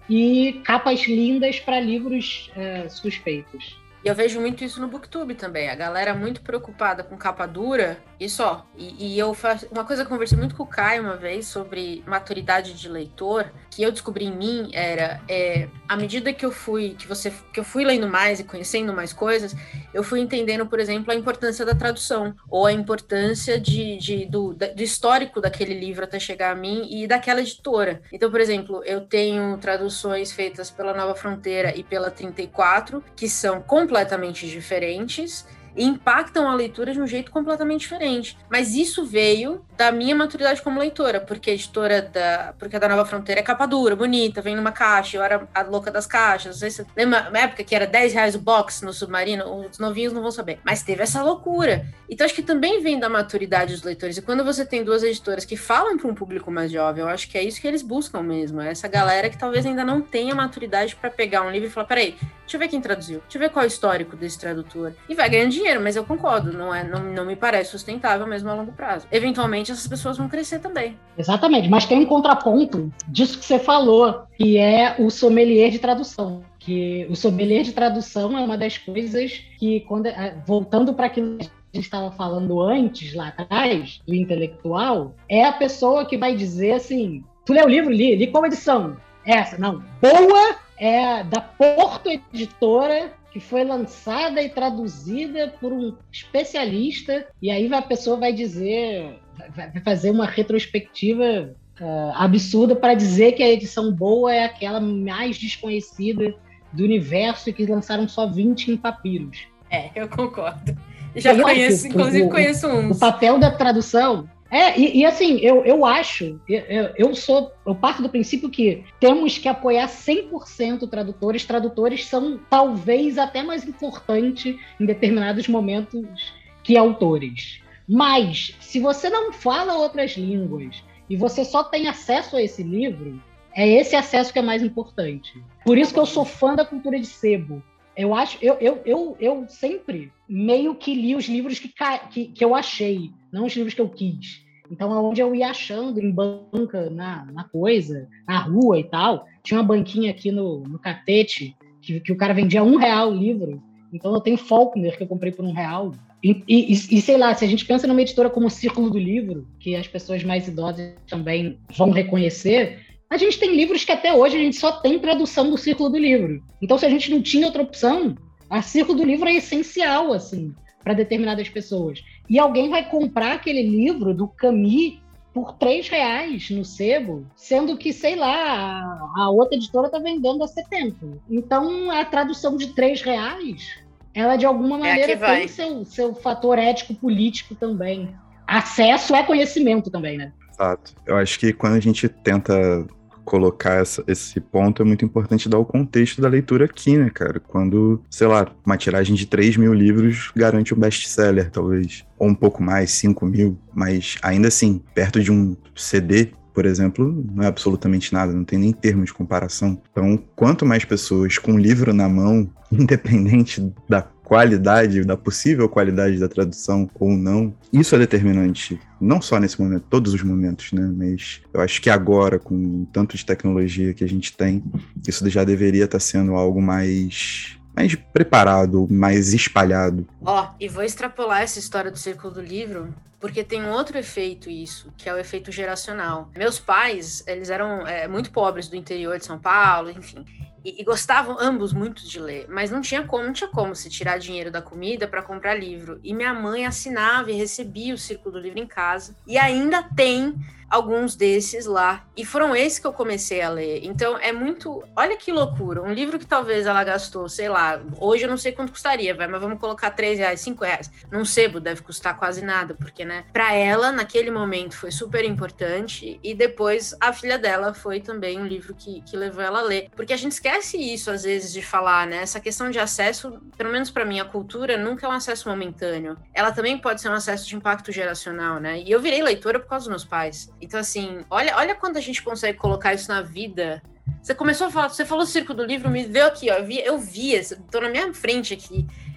e capas lindas para livros é, suspeitos. E eu vejo muito isso no Booktube também. A galera muito preocupada com capa dura e só. E, e eu faço... Uma coisa que eu conversei muito com o Caio uma vez sobre maturidade de leitor, que eu descobri em mim era... É, à medida que eu fui que você, que eu fui lendo mais e conhecendo mais coisas, eu fui entendendo, por exemplo, a importância da tradução. Ou a importância de, de, do, do histórico daquele livro até chegar a mim e daquela editora. Então, por exemplo, eu tenho traduções feitas pela Nova Fronteira e pela trinta e quatro, que são completamente diferentes e impactam a leitura de um jeito completamente diferente. Mas isso veio da minha maturidade como leitora, porque a editora da... Porque a da Nova Fronteira é capa dura, bonita, vem numa caixa, eu era a louca das caixas. Não sei se... Lembra uma época que era dez reais o box no Submarino? Os novinhos não vão saber. Mas teve essa loucura. Então acho que também vem da maturidade dos leitores. E quando você tem duas editoras que falam para um público mais jovem, eu acho que é isso que eles buscam mesmo. É essa galera que talvez ainda não tenha maturidade para pegar um livro e falar, peraí, deixa eu ver quem traduziu, deixa eu ver qual é o histórico desse tradutor. E vai ganhando dinheiro, mas eu concordo, não, é, não, não me parece sustentável mesmo a longo prazo. Eventualmente, essas pessoas vão crescer também. Exatamente, mas tem um contraponto disso que você falou, que é o sommelier de tradução. Que o sommelier de tradução é uma das coisas que, quando, voltando para aquilo que a gente estava falando antes, lá atrás, do intelectual, é a pessoa que vai dizer assim, tu leu o livro? Li, li qual edição? Essa, não. Boa é da Porto Editora, que foi lançada e traduzida por um especialista, e aí a pessoa vai dizer, vai fazer uma retrospectiva uh, absurda para dizer que a edição boa é aquela mais desconhecida do universo e que lançaram só vinte em papiros. É, eu concordo. Já eu conheço, inclusive o, conheço uns. O papel da tradução... É, e, e assim, eu, eu acho, eu, eu sou, eu parto do princípio que temos que apoiar cem por cento tradutores. Tradutores são talvez até mais importantes em determinados momentos que autores. Mas, se você não fala outras línguas e você só tem acesso a esse livro, é esse acesso que é mais importante. Por isso que eu sou fã da cultura de sebo. Eu acho, eu, eu, eu, eu sempre meio que li os livros que, que, que eu achei, não os livros que eu quis. Então, onde eu ia achando em banca, na, na coisa, na rua e tal, tinha uma banquinha aqui no, no Catete, que, que o cara vendia um real o livro. Então, eu tenho Faulkner, que eu comprei por um real. E, e, e, sei lá, se a gente pensa numa editora como o Círculo do Livro, que as pessoas mais idosas também vão reconhecer, a gente tem livros que até hoje a gente só tem tradução do Círculo do Livro. Então, se a gente não tinha outra opção, a Círculo do Livro é essencial, assim, para determinadas pessoas. E alguém vai comprar aquele livro do Camus por três reais no sebo, sendo que, sei lá, a, a outra editora está vendendo a setenta. Então, a tradução de três reais, ela de alguma maneira é tem seu, seu fator ético-político também. Acesso é conhecimento também, né? Exato. Eu acho que quando a gente tenta colocar essa, esse ponto, é muito importante dar o contexto da leitura aqui, né, cara? Quando, sei lá, uma tiragem de três mil livros garante um best-seller, talvez. Ou um pouco mais, cinco mil. Mas, ainda assim, perto de um C D, por exemplo, não é absolutamente nada, não tem nem termo de comparação. Então, quanto mais pessoas com o livro na mão, independente da qualidade, da possível qualidade da tradução ou não, isso é determinante, não só nesse momento, todos os momentos, né, mas eu acho que agora, com tanto de tecnologia que a gente tem, isso já deveria estar sendo algo mais... mais preparado, mais espalhado. Ó, oh, e vou extrapolar essa história do Círculo do Livro, porque tem um outro efeito isso, que é o efeito geracional. Meus pais, eles eram é, muito pobres do interior de São Paulo, enfim, e, e gostavam ambos muito de ler, mas não tinha como, não tinha como se tirar dinheiro da comida para comprar livro. E minha mãe assinava e recebia o Círculo do Livro em casa, e ainda tem alguns desses lá, e foram esses que eu comecei a ler. Então é muito, olha que loucura, um livro que talvez ela gastou, sei lá, hoje eu não sei quanto custaria, vai, mas vamos colocar três reais, cinco reais, num sebo deve custar quase nada, porque, né, pra ela, naquele momento foi super importante, e depois a filha dela foi também um livro que, que levou ela a ler, porque a gente esquece isso às vezes de falar, né, essa questão de acesso, pelo menos pra mim, a cultura nunca é um acesso momentâneo, ela também pode ser um acesso de impacto geracional, né, e eu virei leitora por causa dos meus pais. Então, assim, olha, olha quando a gente consegue colocar isso na vida. Você começou a falar, você falou Círculo do Livro, me veio aqui, ó, eu vi, eu vi, tô na minha frente aqui.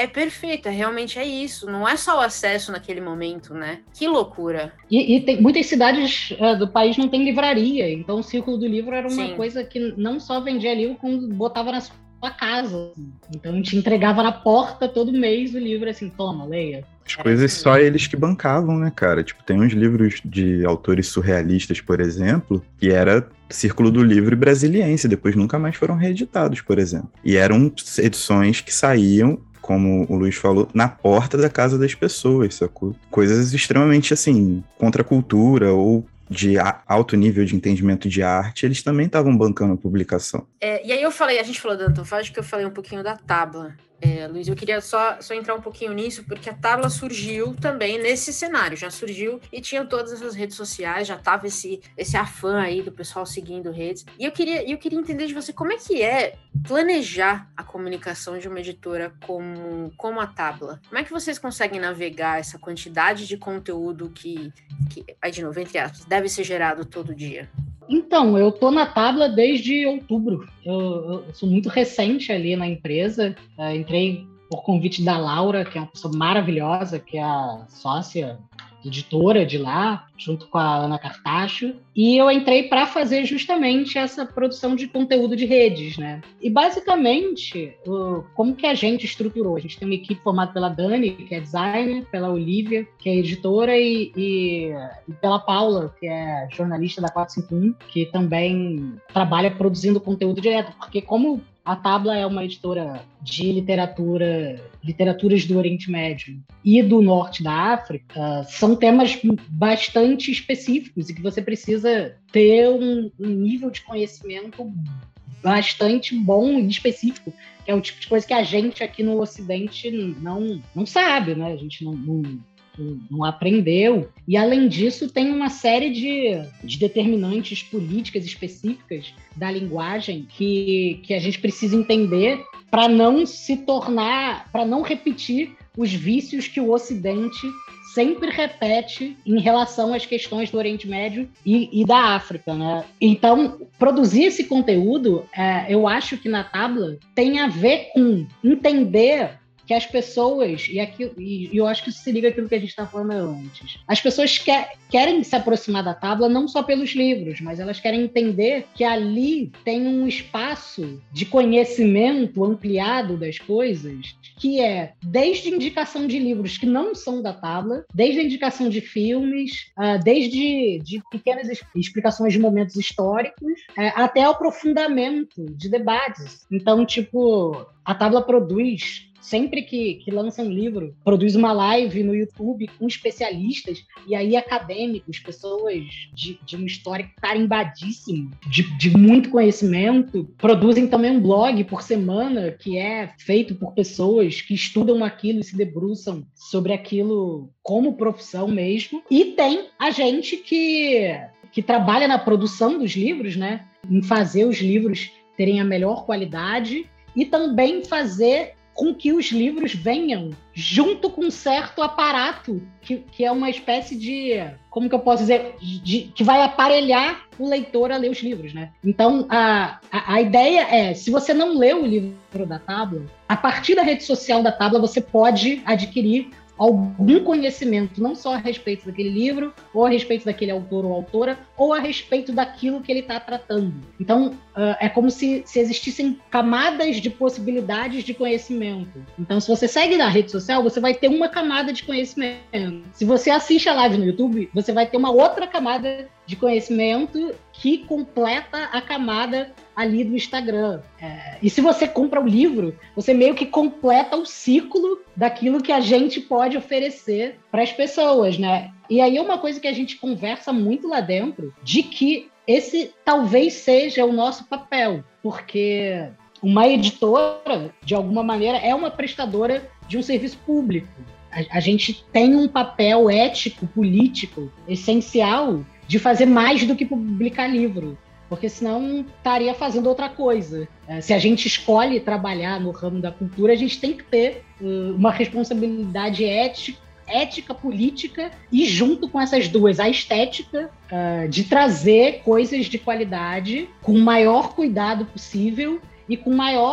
É perfeito, é, realmente é isso. Não é só o acesso naquele momento, né? Que loucura. E, e tem, muitas cidades é, do país não tem livraria, então o Círculo do Livro era uma Sim. coisa que não só vendia livro, como botava na sua casa. Então a gente entregava na porta todo mês o livro, assim, toma, leia. As coisas só eles que bancavam, né, cara? Tipo, tem uns livros de autores surrealistas, por exemplo, que era Círculo do Livro e Brasiliense, depois nunca mais foram reeditados, por exemplo. E eram edições que saíam, como o Luiz falou, na porta da casa das pessoas, sacou? Coisas extremamente, assim, contra a cultura ou de alto nível de entendimento de arte, eles também estavam bancando a publicação. É, e aí eu falei, a gente falou da Antofágica, que eu falei um pouquinho da Tábua. É, Luiz, eu queria só, só entrar um pouquinho nisso, porque a Tábua surgiu também nesse cenário, já surgiu e tinha todas essas redes sociais, já tava esse, esse afã aí do pessoal seguindo redes. E eu queria, eu queria entender de você como é que é planejar a comunicação de uma editora como, como a Tábua. Como é que vocês conseguem navegar essa quantidade de conteúdo que, que aí de novo, entre aspas, deve ser gerado todo dia? Então, eu tô na Tábua desde outubro. Eu, eu sou muito recente ali na empresa. Eu entrei por convite da Laura, que é uma pessoa maravilhosa, que é a sócia editora de lá, junto com a Ana Cartacho, e eu entrei para fazer justamente essa produção de conteúdo de redes, né? E basicamente, como que a gente estruturou? A gente tem uma equipe formada pela Dani, que é designer, pela Olivia, que é editora, e, e, e pela Paula, que é jornalista da quatrocentos e cinquenta e um, que também trabalha produzindo conteúdo direto, porque como a Tábua é uma editora de literatura, literaturas do Oriente Médio e do Norte da África, são temas bastante específicos e que você precisa ter um, um nível de conhecimento bastante bom e específico, que é o tipo de coisa que a gente aqui no Ocidente não, não sabe, né? A gente não... não não aprendeu, e além disso tem uma série de, de determinantes políticas específicas da linguagem que, que a gente precisa entender para não se tornar, para não repetir os vícios que o Ocidente sempre repete em relação às questões do Oriente Médio e, e da África, né? Então, produzir esse conteúdo, é, eu acho que na Tábua tem a ver com entender que as pessoas, e, aqui, e eu acho que isso se liga àquilo que a gente está falando antes, as pessoas quer, querem se aproximar da Tábua não só pelos livros, mas elas querem entender que ali tem um espaço de conhecimento ampliado das coisas, que é desde indicação de livros que não são da Tábua, desde a indicação de filmes, uh, desde de pequenas explicações de momentos históricos, uh, até o aprofundamento de debates. Então, tipo, a Tábua produz... Sempre que, que lança um livro, produz uma live no YouTube com especialistas, e aí acadêmicos, pessoas de, de um histórico carimbadíssimo, de, de muito conhecimento, produzem também um blog por semana, que é feito por pessoas que estudam aquilo e se debruçam sobre aquilo como profissão mesmo. E tem a gente que, que trabalha na produção dos livros, né? Em fazer os livros terem a melhor qualidade e também fazer com que os livros venham junto com um certo aparato, que, que é uma espécie de, como que eu posso dizer, de, que vai aparelhar o leitor a ler os livros, né? Então, a, a, a ideia é, se você não leu o livro da Tábua, a partir da rede social da Tábua, você pode adquirir algum conhecimento, não só a respeito daquele livro, ou a respeito daquele autor ou autora, ou a respeito daquilo que ele está tratando. Então, uh, é como se, se existissem camadas de possibilidades de conhecimento. Então, se você segue na rede social, você vai ter uma camada de conhecimento. Se você assiste a live no YouTube, você vai ter uma outra camada de conhecimento que completa a camada ali do Instagram. É, e se você compra o livro, você meio que completa o ciclo daquilo que a gente pode oferecer para as pessoas, né? E aí é uma coisa que a gente conversa muito lá dentro, de que esse talvez seja o nosso papel, porque uma editora, de alguma maneira, é uma prestadora de um serviço público. A, a gente tem um papel ético, político, essencial de fazer mais do que publicar livro, porque senão estaria fazendo outra coisa. Se a gente escolhe trabalhar no ramo da cultura, a gente tem que ter uh, uma responsabilidade ética, ética, política, e junto com essas duas, a estética, uh, de trazer coisas de qualidade com o maior cuidado possível e com maior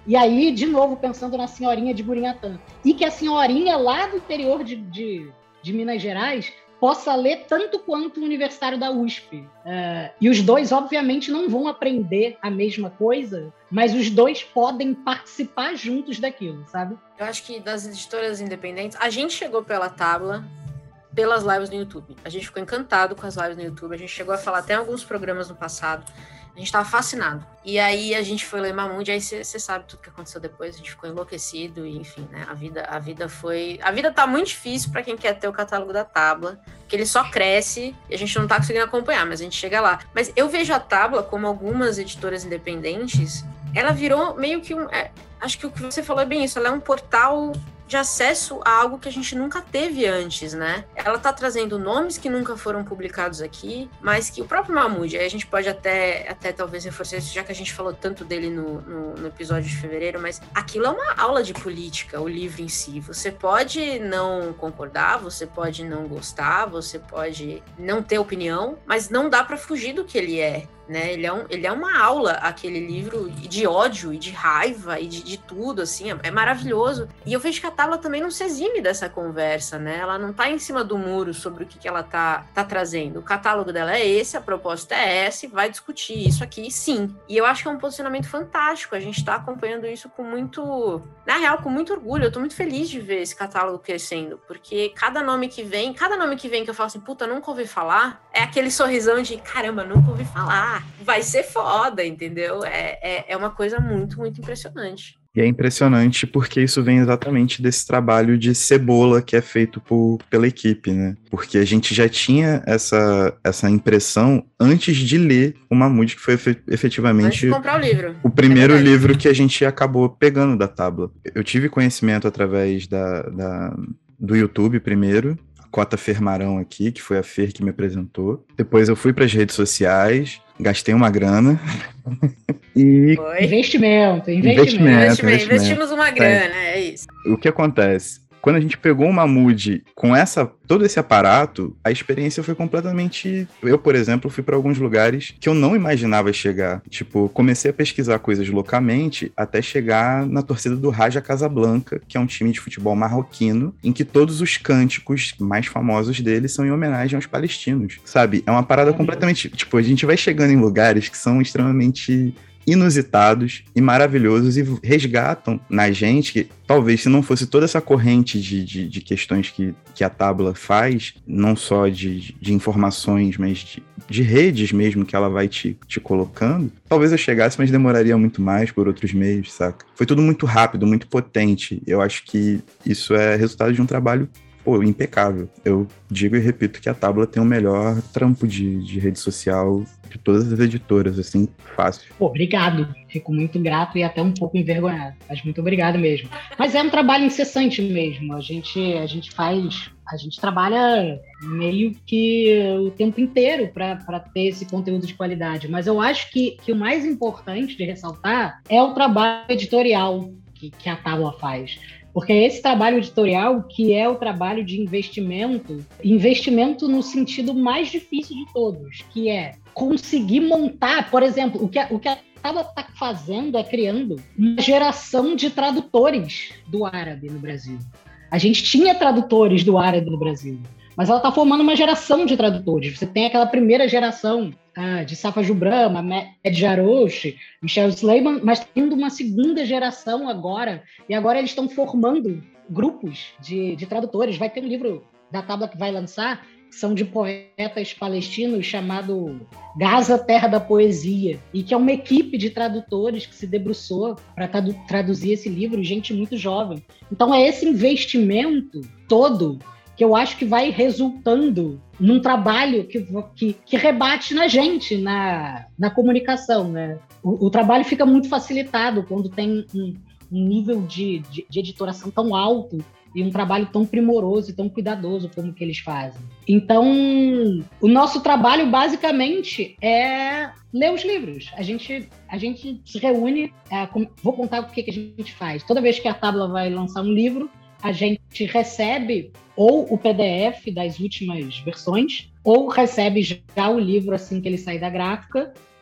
E aí, de novo, pensando na senhorinha de Gurinhatã. E que a senhorinha lá do interior de, de, de Minas Gerais possa ler tanto quanto o universitário da U S P. Uh, e os dois, obviamente, não vão aprender a mesma coisa, mas os dois podem participar juntos daquilo, sabe? Eu acho que das editoras independentes, a gente chegou pela Tábua, pelas lives no YouTube. A gente ficou encantado com as lives no YouTube, a gente chegou a falar até em alguns programas no passado. A gente tava fascinado. E aí a gente foi ler Mamundi, aí você sabe tudo que aconteceu depois, a gente ficou enlouquecido, e enfim, né? A vida, a vida foi... A vida tá muito difícil pra quem quer ter o catálogo da Tábua, porque ele só cresce e a gente não tá conseguindo acompanhar, mas a gente chega lá. Mas eu vejo a Tábua, como algumas editoras independentes, ela virou meio que um... É, acho que o que você falou é bem isso, ela é um portal de acesso a algo que a gente nunca teve antes, né? Ela tá trazendo nomes que nunca foram publicados aqui, mas que o próprio Mamundi, aí a gente pode até, até talvez reforçar isso, já que a gente falou tanto dele no, no, no episódio de fevereiro, mas aquilo é uma aula de política, o livro em si. Você pode não concordar, você pode não gostar, você pode não ter opinião, mas não dá pra fugir do que ele é. Né? Ele, é um, ele é uma aula, aquele livro, de ódio e de raiva e de, de tudo, assim, é, é maravilhoso. E eu vejo que a Tábua também não se exime dessa conversa, né? Ela não tá em cima do muro sobre o que, que ela tá, tá trazendo. O catálogo dela é esse, a proposta é essa, e vai discutir isso aqui, sim. E eu acho que é um posicionamento fantástico, a gente tá acompanhando isso com muito, na real, com muito orgulho. Eu tô muito feliz de ver esse catálogo crescendo, porque cada nome que vem, cada nome que vem que eu falo assim, puta, nunca ouvi falar, é aquele sorrisão de, caramba, nunca ouvi falar. Vai ser foda, entendeu? É, é, é uma coisa muito, muito impressionante. E é impressionante porque isso vem exatamente desse trabalho de cebola que é feito por, pela equipe, né? Porque a gente já tinha essa, essa impressão antes de ler o Mamundi, que foi efetivamente antes de comprar o livro. O primeiro é livro que a gente acabou pegando da Tábua. Eu tive conhecimento através da, da, do YouTube primeiro, Cota Fermarão aqui, que foi a Fer que me apresentou. Depois eu fui para as redes sociais, gastei uma grana. e... Foi. Investimento, investimento. Investimento, investimento. Investimos uma grana, é. é isso. O que acontece? Quando a gente pegou o Mamundi com essa, todo esse aparato, a experiência foi completamente... Eu, por exemplo, fui para alguns lugares que eu não imaginava chegar. Tipo, comecei a pesquisar coisas loucamente até chegar na torcida do Raja Casablanca, que é um time de futebol marroquino, em que todos os cânticos mais famosos dele são em homenagem aos palestinos, sabe? É uma parada completamente... Tipo, a gente vai chegando em lugares que são extremamente inusitados e maravilhosos e resgatam na gente que talvez se não fosse toda essa corrente de, de, de questões que, que a Tábua faz, não só de, de informações, mas de, de redes mesmo que ela vai te, te colocando, talvez eu chegasse, mas demoraria muito mais por outros meios, saca? Foi tudo muito rápido, muito potente. Eu acho que isso é resultado de um trabalho pô, impecável. Eu digo e repito que a Tábua tem o melhor trampo de, de rede social de todas as editoras, assim, fácil. Pô, obrigado. Fico muito grato e até um pouco envergonhado. Mas muito obrigado mesmo. Mas é um trabalho incessante mesmo. A gente, a gente faz... A gente trabalha meio que o tempo inteiro para ter esse conteúdo de qualidade. Mas eu acho que, que o mais importante de ressaltar é o trabalho editorial que, que a Tábua faz. Porque é esse trabalho editorial que é o trabalho de investimento, investimento no sentido mais difícil de todos, que é conseguir montar, por exemplo, o que a, o que a Tábua está fazendo é criando uma geração de tradutores do árabe no Brasil. A gente tinha tradutores do árabe no Brasil, mas ela está formando uma geração de tradutores. Você tem aquela primeira geração ah, de Safa Jubram, Ed Jarosh, Michel Sleiman, mas tendo uma segunda geração agora, e agora eles estão formando grupos de, de tradutores. Vai ter um livro da Tábua que vai lançar, que são de poetas palestinos, chamado Gaza, Terra da Poesia, e que é uma equipe de tradutores que se debruçou para tradu- traduzir esse livro, gente muito jovem. Então é esse investimento todo que eu acho que vai resultando num trabalho que, que, que rebate na gente, na, na comunicação, né? O, o trabalho fica muito facilitado quando tem um, um nível de, de, de editoração tão alto e um trabalho tão primoroso e tão cuidadoso como que eles fazem. Então, o nosso trabalho, basicamente, é ler os livros. A gente, a gente se reúne, é, com, vou contar o que, que a gente faz. Toda vez que a Tábua vai lançar um livro, a gente recebe ou o P D F das últimas versões, ou recebe já o livro assim que ele sai da gráfica.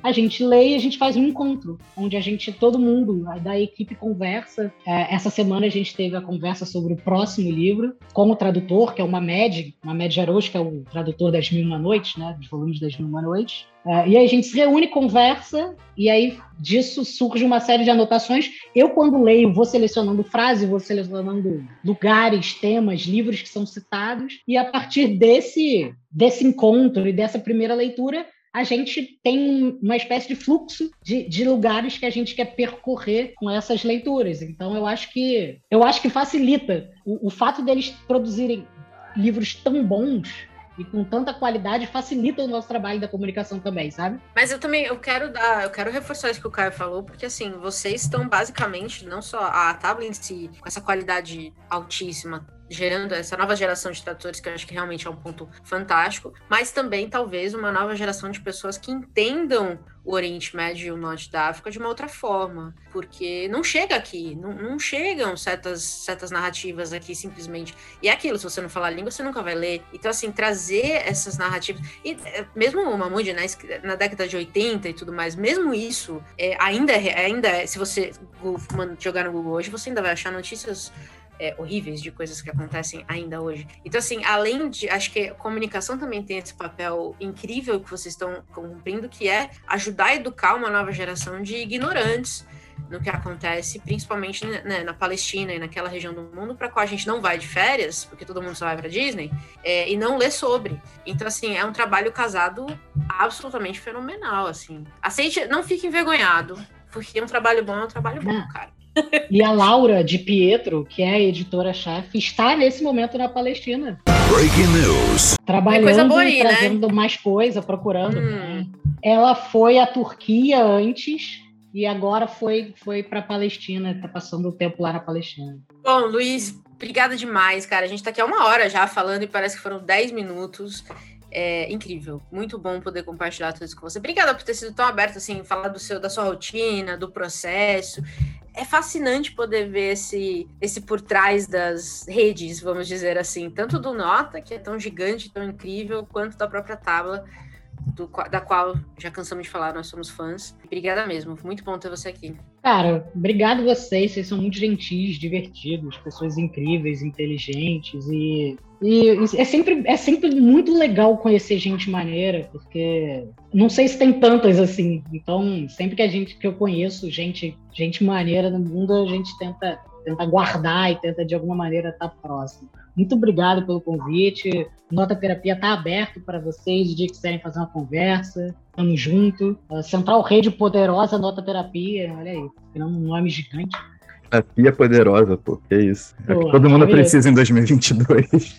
a gente lê e a gente faz um encontro, onde a gente, todo mundo da equipe conversa. É, essa semana a gente teve a conversa sobre o próximo livro, com o tradutor, que é uma Med, uma Med Jarosz, que é o tradutor das Mil e Uma Noites, né, dos volumes das Mil e Uma Noites. É, e aí a gente se reúne, conversa, e aí disso surge uma série de anotações. Eu, quando leio, vou selecionando frases, vou selecionando lugares, temas, livros que são citados, e a partir desse, desse encontro e dessa primeira leitura, a gente tem uma espécie de fluxo de, de lugares que a gente quer percorrer com essas leituras. Então, eu acho que, eu acho que facilita. O, o fato deles produzirem livros tão bons e com tanta qualidade facilita o nosso trabalho da comunicação também, sabe? Mas eu também, eu quero dar, eu quero reforçar isso que o Caio falou, porque assim, vocês estão basicamente, não só a Tábua em si, com essa qualidade altíssima, gerando essa nova geração de tradutores, que eu acho que realmente é um ponto fantástico, mas também, talvez, uma nova geração de pessoas que entendam o Oriente Médio e o Norte da África de uma outra forma, porque não chega aqui, não, não chegam certas, certas narrativas aqui simplesmente, e é aquilo, se você não falar a língua, você nunca vai ler. Então, assim, trazer essas narrativas, e mesmo o Mahmoud, né, na década de oitenta e tudo mais, mesmo isso, é, ainda, é, ainda é, se você jogar no Google hoje, você ainda vai achar notícias É, horríveis de coisas que acontecem ainda hoje. Então, assim, além de... Acho que a comunicação também tem esse papel incrível que vocês estão cumprindo, que é ajudar a educar uma nova geração de ignorantes no que acontece, principalmente, né, na Palestina e naquela região do mundo para qual a gente não vai de férias, porque todo mundo só vai para Disney, é, e não lê sobre. Então, assim, é um trabalho casado absolutamente fenomenal, assim. Aceite, não fique envergonhado, porque um trabalho bom é um trabalho bom, cara. E a Laura de Pietro, que é a editora-chefe, está nesse momento na Palestina. Breaking news. Trabalhando, coisa boa aí, trazendo, né, mais coisa, procurando. Hum. Ela foi à Turquia antes e agora foi, foi para a Palestina, está passando o tempo lá na Palestina. Bom, Luiz, obrigada demais, cara. A gente está aqui há uma hora já falando e parece que foram dez minutos. É incrível, muito bom poder compartilhar tudo isso com você. Obrigada por ter sido tão aberto, assim, falar do seu, da sua rotina, do processo. É fascinante poder ver esse, esse por trás das redes, vamos dizer assim, tanto do Nota, que é tão gigante, tão incrível, quanto da própria Tábua, do, da qual já cansamos de falar, nós somos fãs. Obrigada mesmo, muito bom ter você aqui. Cara, obrigado vocês, vocês são muito gentis, divertidos, pessoas incríveis, inteligentes e, e é, sempre, é sempre muito legal conhecer gente maneira, porque não sei se tem tantas assim, então sempre que a gente que eu conheço gente, gente maneira no mundo, a gente tenta, tenta guardar e tenta de alguma maneira estar próximo. Muito obrigado pelo convite. Nota Terapia está aberto para vocês, o dia que quiserem fazer uma conversa. Tamo junto. Uh, Central Rede Poderosa Nota Terapia. Olha aí, criando um nome gigante. Terapia poderosa, pô, que isso. Pô, é que todo mundo precisa em dois mil e vinte e dois.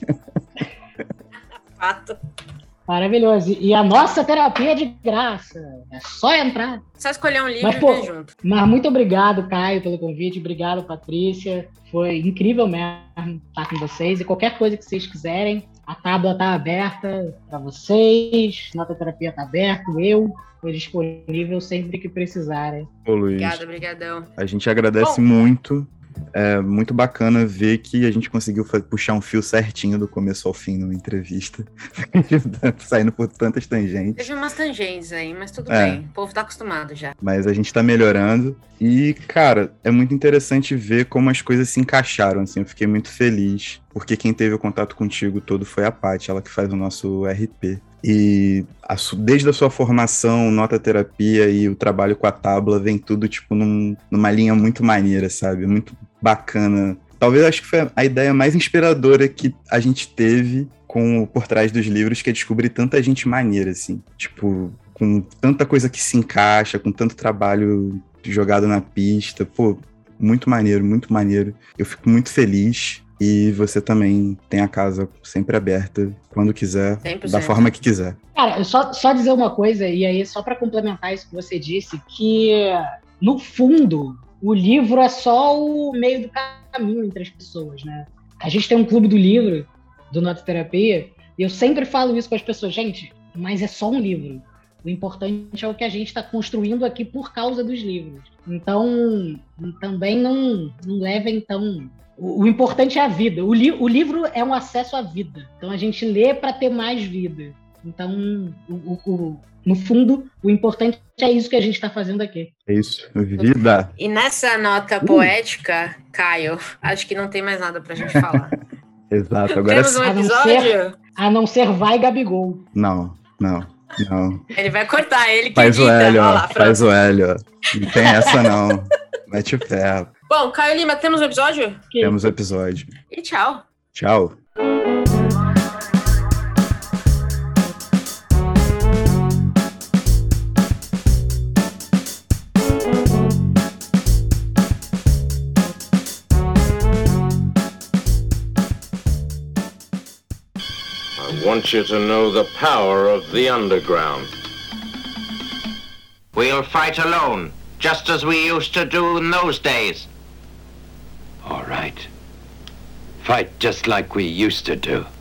Fato. Maravilhoso. E a nossa terapia é de graça. É só entrar. Só escolher um livro mas, e pô, ver junto. Mas muito obrigado, Caio, pelo convite. Obrigado, Patrícia. Foi incrível mesmo estar com vocês. E qualquer coisa que vocês quiserem, a Tábua está aberta para vocês. Nota Terapia está aberta. Eu estou disponível sempre que precisarem. Ô, Luiz. Obrigada, obrigadão. A gente agradece Bom, muito. É muito bacana ver que a gente conseguiu puxar um fio certinho do começo ao fim numa entrevista. Saindo por tantas tangentes. Teve umas tangentes aí, mas tudo é. bem. O povo tá acostumado já. Mas a gente tá melhorando. E, cara, é muito interessante ver como as coisas se encaixaram, assim. Eu fiquei muito feliz, porque quem teve o contato contigo todo foi a Paty, ela que faz o nosso R P. E a, desde a sua formação, Nota Terapia e o trabalho com a Tábua, vem tudo, tipo, num, numa linha muito maneira, sabe? Muito bacana. Talvez acho que foi a ideia mais inspiradora que a gente teve com Por Trás dos Livros, que é descobrir tanta gente maneira, assim. Tipo, com tanta coisa que se encaixa, com tanto trabalho jogado na pista. Pô, muito maneiro, muito maneiro. Eu fico muito feliz. E você também tem a casa sempre aberta, quando quiser, cem por cento. Da forma que quiser. Cara, só, só dizer uma coisa, e aí só para complementar isso que você disse, que no fundo o livro é só o meio do caminho entre as pessoas, né? A gente tem um clube do livro, do Nota Terapia, e eu sempre falo isso com as pessoas, gente, mas é só um livro. O importante é o que a gente está construindo aqui por causa dos livros. Então, também não, não levem tão... O, o importante é a vida. O, li, o livro é um acesso à vida. Então, a gente lê para ter mais vida. Então, o, o, o, no fundo, o importante é isso que a gente está fazendo aqui. É isso, vida. E nessa nota uh. poética, Caio, acho que não tem mais nada pra gente falar. Exato, agora temos um a episódio? Não ser, a não ser vai Gabigol. Não, não, não. Ele vai cortar, ele que faz edita. o Hélio, ó, lá, faz o Hélio. Não tem essa não. Mete o pé. Bom, Caio Lima, temos um episódio? Que? Temos um episódio. E tchau. Tchau. I want you to know the power of the underground. We'll fight alone, just as we used to do in those days. All right. Fight just like we used to do.